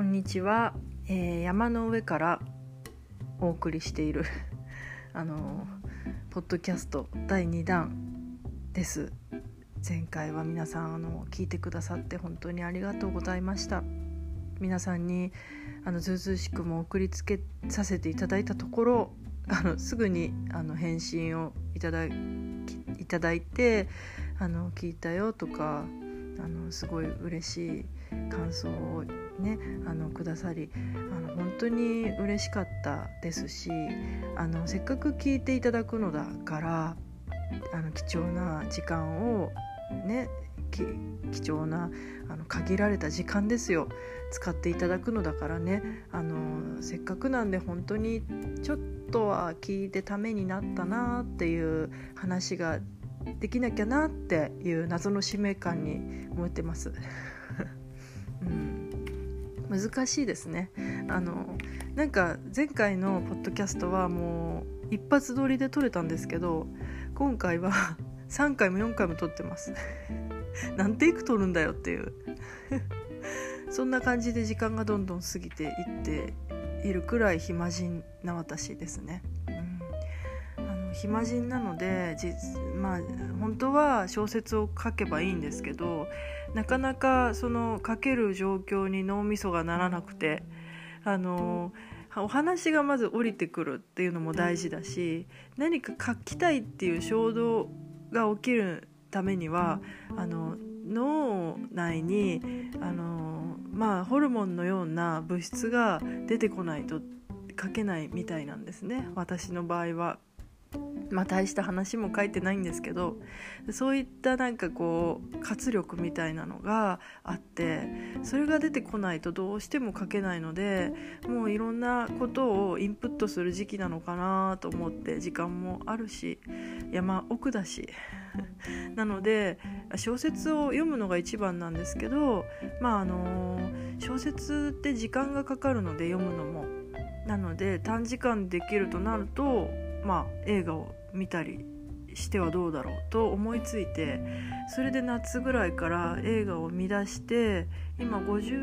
んにちは、山の上からお送りしているポッドキャスト第2弾です。前回は皆さん聞いてくださって本当にありがとうございました。皆さんにずうずうしくも送りつけさせていただいたところすぐに返信をいただいて聞いたよとかすごい嬉しい感想をねくださり本当に嬉しかったですしせっかく聞いていただくのだから貴重な時間をね貴重な限られた時間ですよ使っていただくのだからねせっかくなんで本当にちょっとは聞いてためになったなっていう話ができなきゃなっていう謎の使命感に思ってます、難しいですね。なんか前回のポッドキャストはもう一発撮りで撮れたんですけど、今回は3回も4回も撮ってます何テイク撮るんだよっていうそんな感じで時間がどんどん過ぎていっているくらい暇人な私ですね。暇人なので本当は小説を書けばいいんですけど、なかなかその書ける状況に脳みそがならなくてお話がまず降りてくるっていうのも大事だし、何か書きたいっていう衝動が起きるためには脳内にホルモンのような物質が出てこないと書けないみたいなんですね、私の場合は。大した話も書いてないんですけど、そういったなんかこう活力みたいなのがあって、それが出てこないとどうしても書けないので、もういろんなことをインプットする時期なのかなと思って、時間もあるし山奥だしなので小説を読むのが一番なんですけど、小説って時間がかかるので読むのもなので短時間でできるとなると映画を見たりしてはどうだろうと思いついて、それで夏ぐらいから映画を見出して、今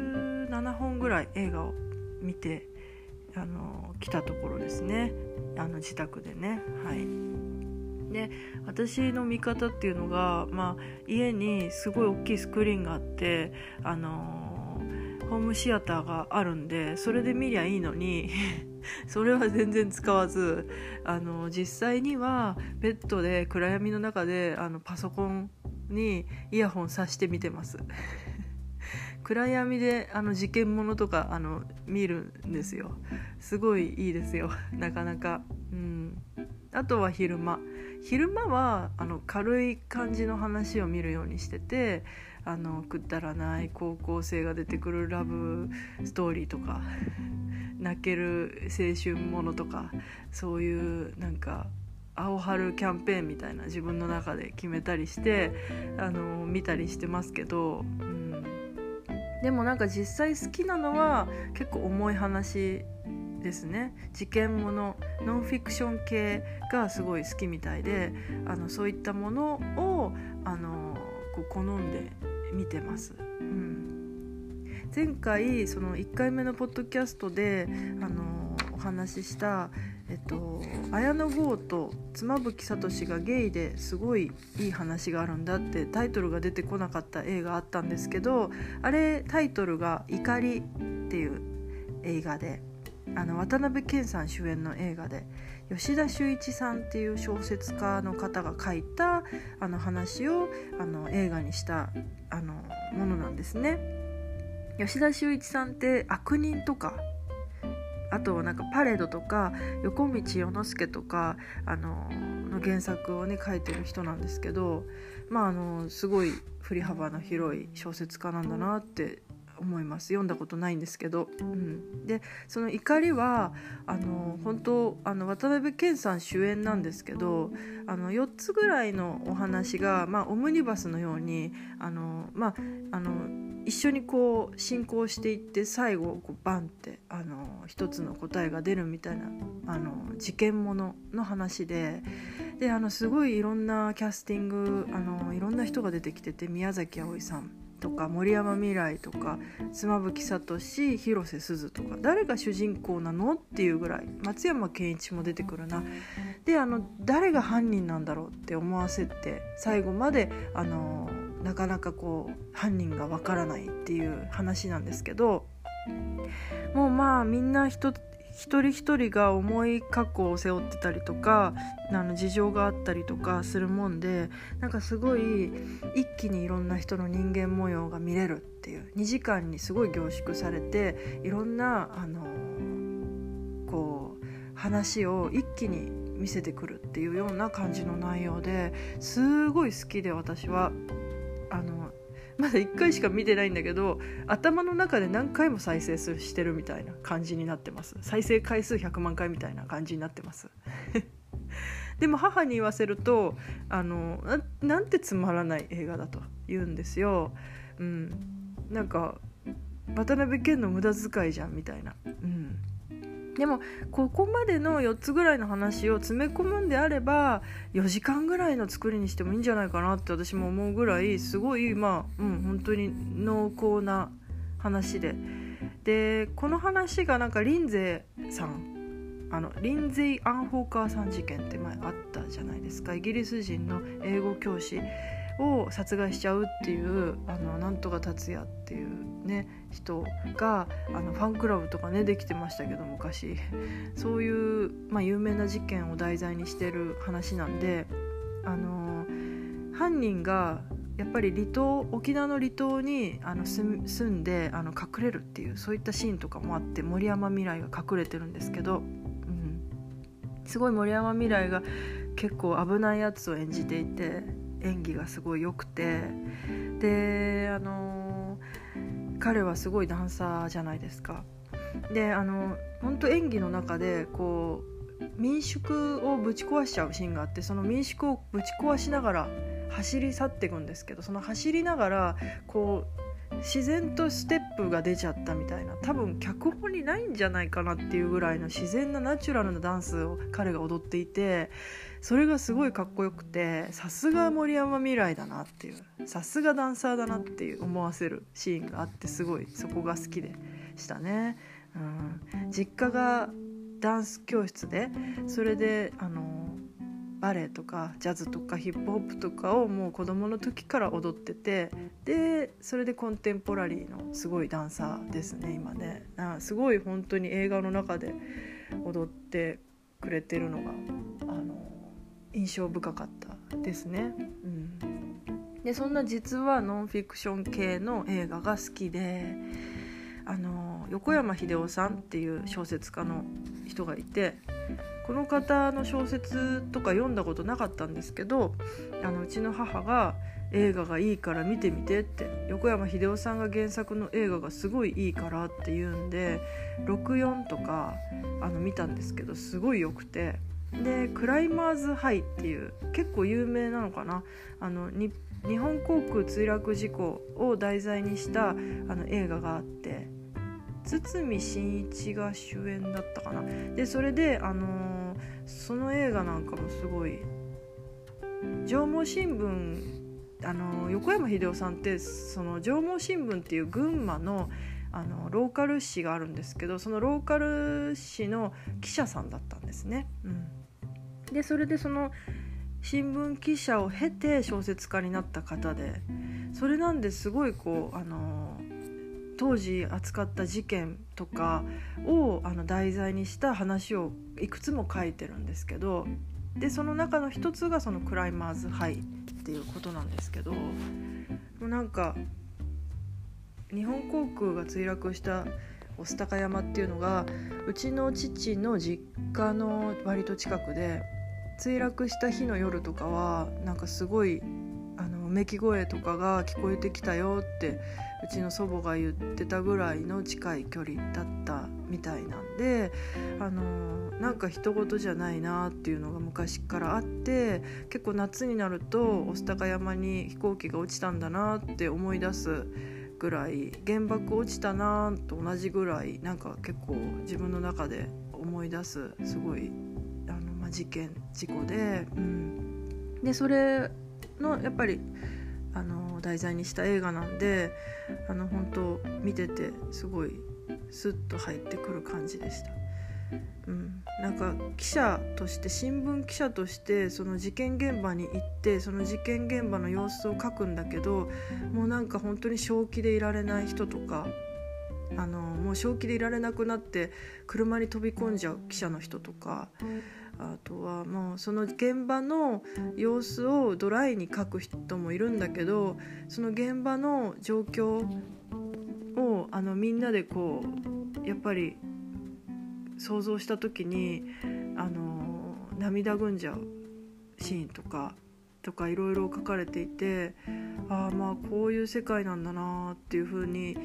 57本ぐらい映画を見て来たところですね、自宅でね。で私の見方っていうのが、家にすごい大きいスクリーンがあってホームシアターがあるんで、それで見りゃいいのにそれは全然使わず実際にはベッドで暗闇の中でパソコンにイヤホンさして見てます暗闇で事件物とか見るんですよ。すごいいいですよなかなか。あとは昼間は軽い感じの話を見るようにしてて、くだらない高校生が出てくるラブストーリーとか泣ける青春ものとか、そういうなんか青春キャンペーンみたいな自分の中で決めたりして見たりしてますけど、でもなんか実際好きなのは結構重い話ですね。事件もの、ノンフィクション系がすごい好きみたいで、そういったものをこう好んで見てます。前回その1回目のポッドキャストでお話しした綾野剛と妻夫木聡がゲイですごいいい話があるんだってタイトルが出てこなかった映画あったんですけど、あれタイトルが怒りっていう映画で渡辺謙さん主演の映画で、吉田修一さんっていう小説家の方が書いた話を映画にしたものなんですね。吉田修一さんって悪人とか、あとはなんかパレードとか横道世之助とかの原作をね書いてる人なんですけど、すごい振り幅の広い小説家なんだなって思います。読んだことないんですけど、でその怒りは本当渡辺謙さん主演なんですけど4つぐらいのお話が、オムニバスのように一緒にこう進行していって、最後こうバンって一つの答えが出るみたいな事件ものの話で、 ですごいいろんなキャスティングいろんな人が出てきてて、宮崎あおいさんとか森山未來とか妻夫木聡、広瀬すずとか、誰が主人公なのっていうぐらい、松山ケンイチも出てくるな。で誰が犯人なんだろうって思わせて、最後までなかなかこう犯人がわからないっていう話なんですけど、もうまあみんな一人一人が重い過去を背負ってたりとか事情があったりとかするもんで、なんかすごい一気にいろんな人の人間模様が見れるっていう、2時間にすごい凝縮されて、いろんなこう話を一気に見せてくるっていうような感じの内容ですごい好きで、私はまだ1回しか見てないんだけど、頭の中で何回も再生してるみたいな感じになってます。再生回数100万回みたいな感じになってますでも母に言わせるとなんてつまらない映画だと言うんですよ。なんか渡辺謙の無駄遣いじゃんみたいな。でもここまでの4つぐらいの話を詰め込むんであれば4時間ぐらいの作りにしてもいいんじゃないかなって私も思うぐらい、すごい本当に濃厚な話で、この話がなんかリンゼイさんリンゼイ・アンホーカーさん事件って前あったじゃないですか。イギリス人の英語教師を殺害しちゃうっていうなんとか達也っていうね人がファンクラブとかねできてましたけど、昔そういう、有名な事件を題材にしてる話なんで、犯人がやっぱり沖縄の離島に住んで隠れるっていう、そういったシーンとかもあって、森山未來が隠れてるんですけど、すごい森山未来が結構危ないやつを演じていて、演技がすごい良くて、で彼はすごいダンサーじゃないですか。で本当演技の中でこう民宿をぶち壊しちゃうシーンがあって、その民宿をぶち壊しながら走り去っていくんですけど、その走りながらこう自然とステップが出ちゃったみたいな、多分脚本にないんじゃないかなっていうぐらいの自然なナチュラルなダンスを彼が踊っていて、それがすごいかっこよくて、さすが森山未来だなっていう、さすがダンサーだなっていう思わせるシーンがあって、すごいそこが好きでしたね。実家がダンス教室で、それでバレエとかジャズとかヒップホップとかをもう子供の時から踊ってて、でそれでコンテンポラリーのすごいダンサーですね今ね。すごい本当に映画の中で踊ってくれてるのが印象深かったですね。でそんな実はノンフィクション系の映画が好きで、横山秀夫さんっていう小説家の人がいて、この方の小説とか読んだことなかったんですけど、うちの母が映画がいいから見てみてって、横山秀夫さんが原作の映画がすごいいいからって言うんで64とか見たんですけど、すごい良くて、でクライマーズハイっていう結構有名なのかな、日本航空墜落事故を題材にした映画があって、堤真一が主演だったかな。でそれでその映画なんかもすごい、上毛新聞横山秀夫さんってその上毛新聞っていう群馬のローカル紙があるんですけど、そのローカル紙の記者さんだったんですね。でそれでその新聞記者を経て小説家になった方で、それなんですごいこう当時扱った事件とかを題材にした話をいくつも書いてるんですけど、でその中の一つがそのクライマーズハイっていうことなんですけど、もうなんか日本航空が墜落した御巣鷹山っていうのがうちの父の実家の割と近くで、墜落した日の夜とかはなんかすごいうめき声とかが聞こえてきたよってうちの祖母が言ってたぐらいの近い距離だったみたいなんで、なんか人事じゃないなっていうのが昔からあって、結構夏になると御巣鷹山に飛行機が落ちたんだなって思い出すぐらい、原爆落ちたなと同じぐらいなんか結構自分の中で思い出す、すごい事故で、でそれのやっぱり題材にした映画なんで本当見ててすごいスッと入ってくる感じでした。なんか記者として新聞記者としてその事件現場に行ってその事件現場の様子を書くんだけど、もうなんか本当に正気でいられない人とかもう正気でいられなくなって車に飛び込んじゃう記者の人とか、あとはもうその現場の様子をドライに書く人もいるんだけど、その現場の状況をみんなでこうやっぱり想像した時に涙ぐんじゃうシーンとかいろいろ書かれていて、まあこういう世界なんだなっていう風に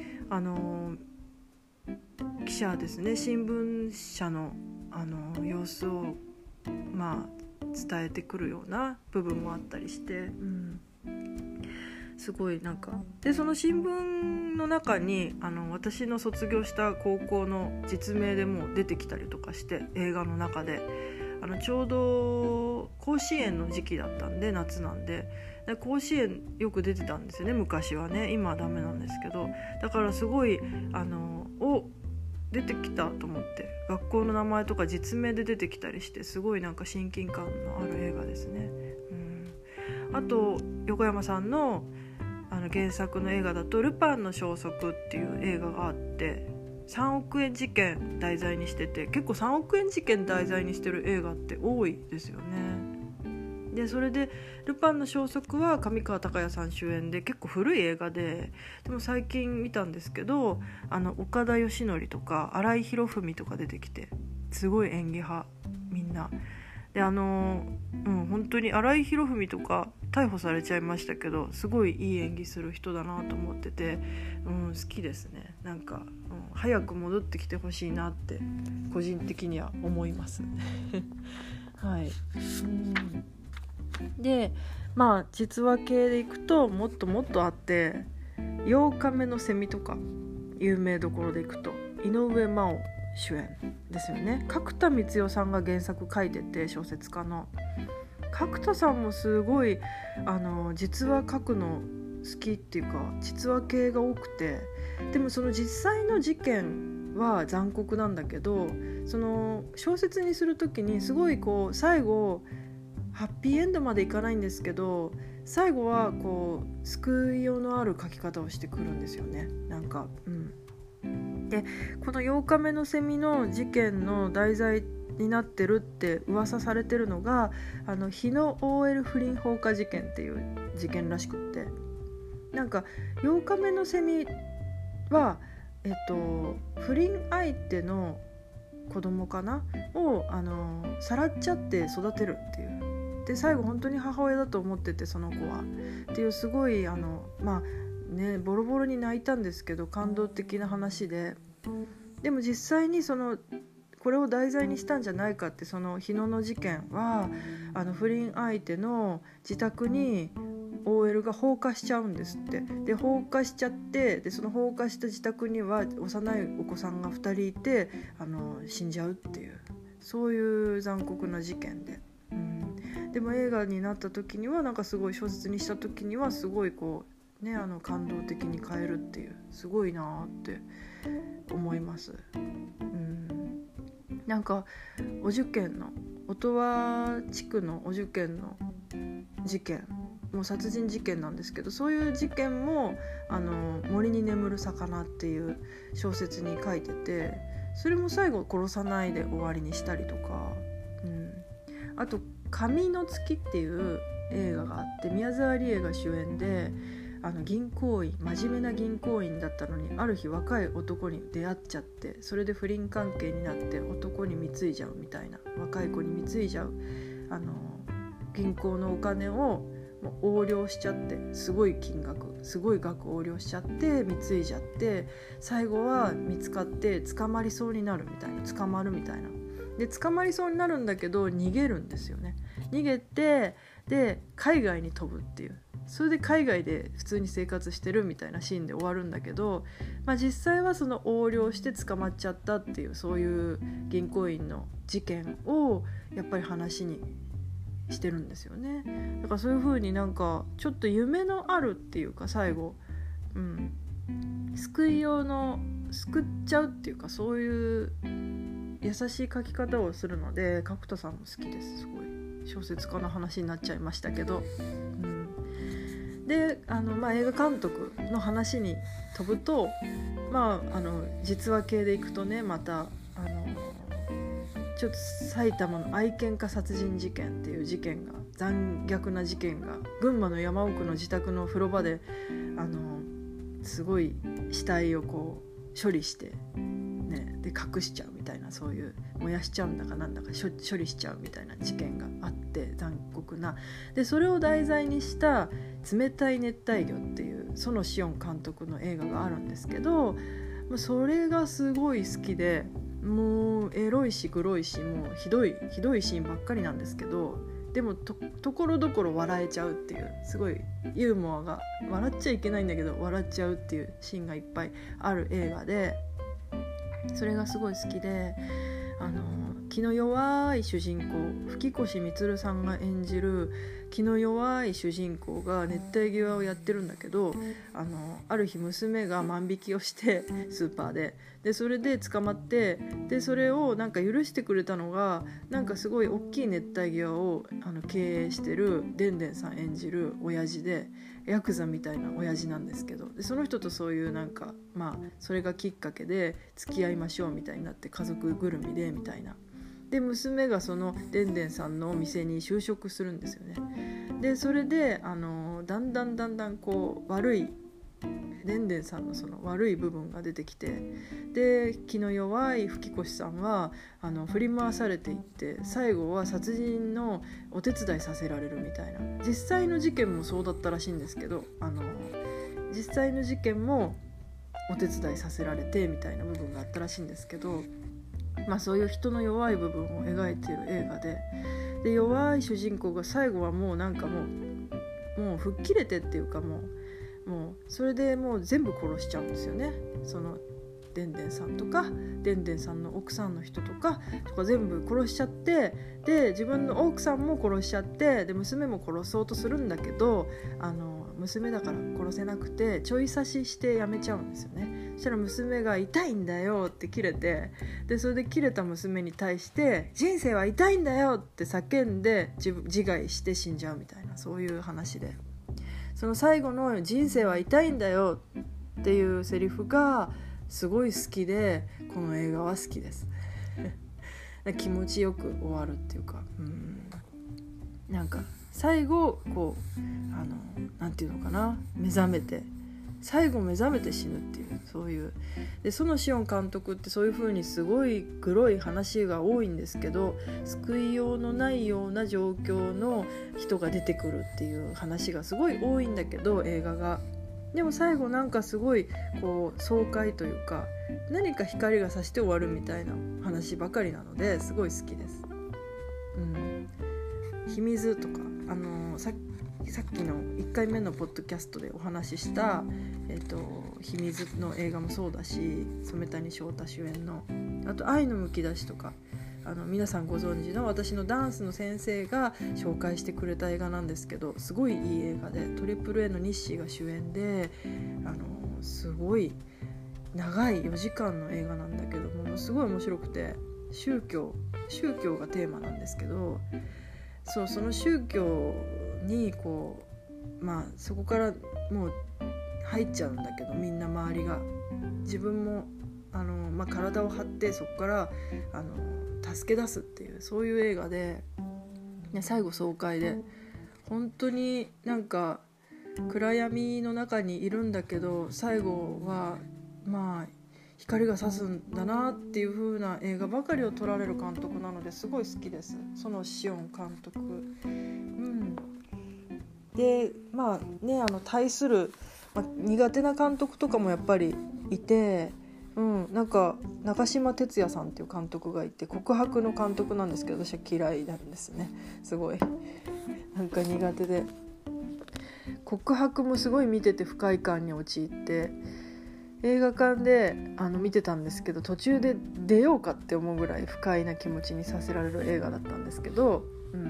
記者ですね、新聞社の様子をまあ伝えてくるような部分もあったりして、すごいなんかでその新聞の中に私の卒業した高校の実名でも出てきたりとかして、映画の中でちょうど甲子園の時期だったんで、夏なんで甲子園よく出てたんですよね昔はね。今はダメなんですけど、だからすごい出てきたと思って学校の名前とか実名で出てきたりして、すごいなんか親近感のある映画ですね。あと横山さんの原作の映画だとルパンの消息っていう映画があって、3億円事件題材にしてて、結構3億円事件題材にしてる映画って多いですよね。でそれでルパンの消息は上川隆也さん主演で結構古い映画でも最近見たんですけど、岡田義則とか新井博文とか出てきて、すごい演技派みんなで本当に新井博文とか逮捕されちゃいましたけど、すごいいい演技する人だなと思ってて、好きですね。なんか、早く戻ってきてほしいなって個人的には思いますはい。でまあ実話系でいくともっともっとあって、8日目のセミとか有名どころでいくと井上真央主演ですよね。角田光代さんが原作書いてて、小説家の角田さんもすごい実話書くの好きっていうか実話系が多くて、でもその実際の事件は残酷なんだけど、その小説にするときにすごいこう最後ハッピーエンドまでいかないんですけど、最後はこう救いようのある書き方をしてくるんですよね。なんかでこの8日目のセミの事件の題材になってるって噂されてるのが日野 OL 不倫放火事件っていう事件らしくって、なんか8日目のセミは不倫相手の子供かなをさらっちゃって育てるっていう、で最後本当に母親だと思っててその子はっていう、すごいボロボロに泣いたんですけど感動的な話で、でも実際にこれを題材にしたんじゃないかって、その日野の事件は不倫相手の自宅に OL が放火しちゃうんですって。で放火しちゃって、でその放火した自宅には幼いお子さんが2人いて死んじゃうっていう、そういう残酷な事件で、でも映画になった時にはなんかすごい、小説にした時にはすごいこうね感動的に変えるっていう、すごいなって思います。なんかお受験の音羽地区のお受験の事件もう殺人事件なんですけど、そういう事件も森に眠る魚っていう小説に書いてて、それも最後殺さないで終わりにしたりとか、あと神の月っていう映画があって、宮沢りえが主演で銀行員、真面目な銀行員だったのにある日若い男に出会っちゃって、それで不倫関係になって男に貢いじゃうみたいな、若い子に貢いじゃう銀行のお金をもう横領しちゃって、すごい金額すごい額横領しちゃって貢いじゃって、最後は見つかって捕まりそうになるみたいな、捕まるみたいなで捕まりそうになるんだけど逃げるんですよね。逃げてで海外に飛ぶっていう、 それで海外で普通に生活してるみたいなシーンで終わるんだけど、実際はその横領して捕まっちゃったっていう、そういう銀行員の事件をやっぱり話にしてるんですよね。だからそういう風になんかちょっと夢のあるっていうか、最後、救いようの救っちゃうっていうか、そういう優しい書き方をするので角田さんも好きです。すごい小説家の話になっちゃいましたけど、で映画監督の話に飛ぶと、実話系でいくとね、またちょっと埼玉の愛犬家殺人事件っていう事件が、残虐な事件が群馬の山奥の自宅の風呂場ですごい死体をこう処理して、で隠しちゃうみたいな、そういう燃やしちゃうんだかなんだか処理しちゃうみたいな事件があって、残酷な。でそれを題材にした冷たい熱帯魚っていう園子音監督の映画があるんですけど、それがすごい好きで、もうエロいしグロいし、もうひどいシーンばっかりなんですけど、でも ところどころ笑えちゃうっていう、すごいユーモアが、笑っちゃいけないんだけど笑っちゃうっていうシーンがいっぱいある映画で、それがすごい好きで、気の弱い主人公、吹越充さんが演じる気の弱い主人公が熱帯魚をやってるんだけど、ある日娘が万引きをしてスーパーでそれで捕まって、でそれをなんか許してくれたのが、なんかすごい大きい熱帯魚を経営してるでんでんさん演じる親父で、ヤクザみたいな親父なんですけど、でその人とそういうなんかそれがきっかけで付き合いましょうみたいになって、家族ぐるみでみたいな。で娘がそのでんでんさんのお店に就職するんですよね。でそれでだんだんこう悪いでんでんさんのその悪い部分が出てきて、で気の弱い吹越さんは振り回されていって、最後は殺人のお手伝いさせられるみたいな、実際の事件もそうだったらしいんですけど、実際の事件もお手伝いさせられてみたいな部分があったらしいんですけど、そういう人の弱い部分を描いている映画で、弱い主人公が最後はもうなんかもう吹っ切れてっていうか、もうそれでもう全部殺しちゃうんですよね。そのでんでんさんとかでんでんさんの奥さんの人とか全部殺しちゃって、で自分の奥さんも殺しちゃって、で娘も殺そうとするんだけど、娘だから殺せなくてちょい刺ししてやめちゃうんですよね。そしたら娘が痛いんだよって切れて、でそれで切れた娘に対して人生は痛いんだよって叫んで自害して死んじゃうみたいな、そういう話で、その最後の人生は痛いんだよっていうセリフがすごい好きで、この映画は好きです気持ちよく終わるっていうか、なんか最後こうなんていうのかな、最後目覚めて死ぬっていう、そういうで園子音監督ってそういう風にすごいグロい話が多いんですけど、救いようのないような状況の人が出てくるっていう話がすごい多いんだけど、映画がでも最後なんかすごいこう爽快というか、何か光が差して終わるみたいな話ばかりなので、すごい好きです。秘密とかさっきの1回目のポッドキャストでお話しした、秘密の映画もそうだし、染谷翔太主演の、あと愛のむき出しとか、皆さんご存知の私のダンスの先生が紹介してくれた映画なんですけど、すごいいい映画で、AAAの日誌が主演で、すごい長い4時間の映画なんだけども、すごい面白くて、宗教がテーマなんですけど、その宗教にこうそこからもう入っちゃうんだけど、みんな周りが、自分も体を張ってそこから助け出すっていう、そういう映画で、最後爽快で、本当になんか暗闇の中にいるんだけど、最後は光が差すんだなっていう風な映画ばかりを撮られる監督なので、すごい好きです、園子音監督。で対する、苦手な監督とかもやっぱりいて、なんか中島哲也さんっていう監督がいて、告白の監督なんですけど、私は嫌いなんですね。すごいなんか苦手で、 告白もすごい見てて不快感に陥って映画館で見てたんですけど、途中で出ようかって思うぐらい不快な気持ちにさせられる映画だったんですけど、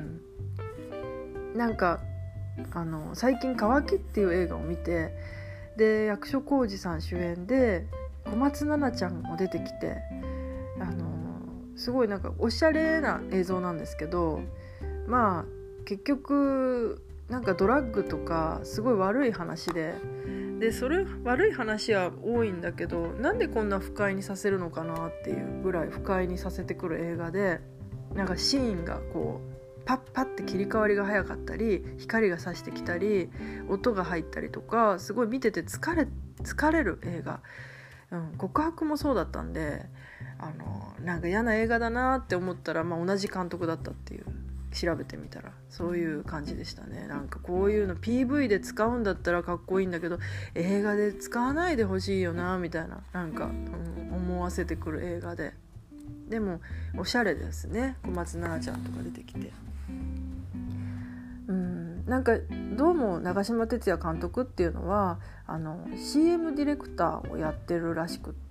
なんか最近乾きっていう映画を見て、で役所広司さん主演で小松菜奈ちゃんも出てきて、すごいなんかおしゃれな映像なんですけど、まあ結局なんかドラッグとかすごい悪い話でそれ悪い話は多いんだけど、なんでこんな不快にさせるのかなっていうぐらい不快にさせてくる映画で、なんかシーンがこうパッパッて切り替わりが早かったり、光が差してきたり音が入ったりとか、すごい見てて疲れる映画、告白もそうだったんで、なんか嫌な映画だなって思ったら、同じ監督だったっていう、調べてみたらそういう感じでしたね。なんかこういうの PV で使うんだったらかっこいいんだけど、映画で使わないでほしいよなみたいな、なんか、思わせてくる映画で、でもおしゃれですね。小松菜奈ちゃんとか出てきて、なんかどうも長嶋哲也監督っていうのはCM ディレクターをやってるらしくって、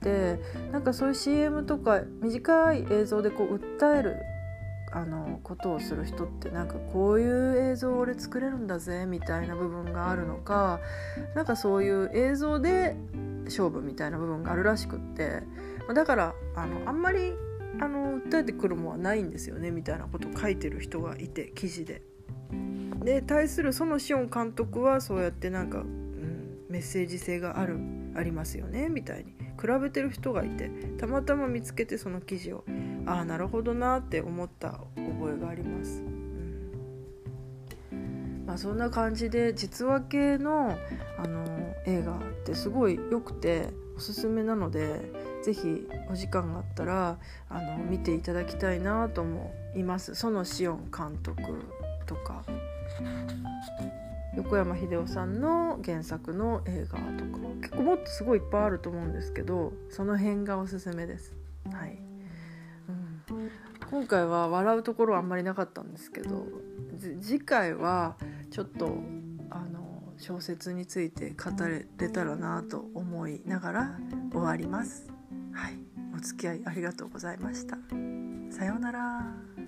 なんかそういう CM とか短い映像でこう訴えることをする人って、なんかこういう映像を俺作れるんだぜみたいな部分があるのか、なんかそういう映像で勝負みたいな部分があるらしくって、だからあんまり訴えてくるものはないんですよねみたいなことを書いてる人がいて、記事で対する園志音監督はそうやってなんか、メッセージ性がありますよねみたいに比べてる人がいて、たまたま見つけてその記事をなるほどなって思った覚えがあります。そんな感じで実話系の、映画ってすごい良くておすすめなので、ぜひお時間があったら見ていただきたいなと思います。園志音監督とか横山秀夫さんの原作の映画とか、結構もっとすごいいっぱいあると思うんですけど、その辺がおすすめです。はい、今回は笑うところはあんまりなかったんですけど、次回はちょっと小説について語れたらなと思いながら終わります。はい、お付き合いありがとうございました。さようなら。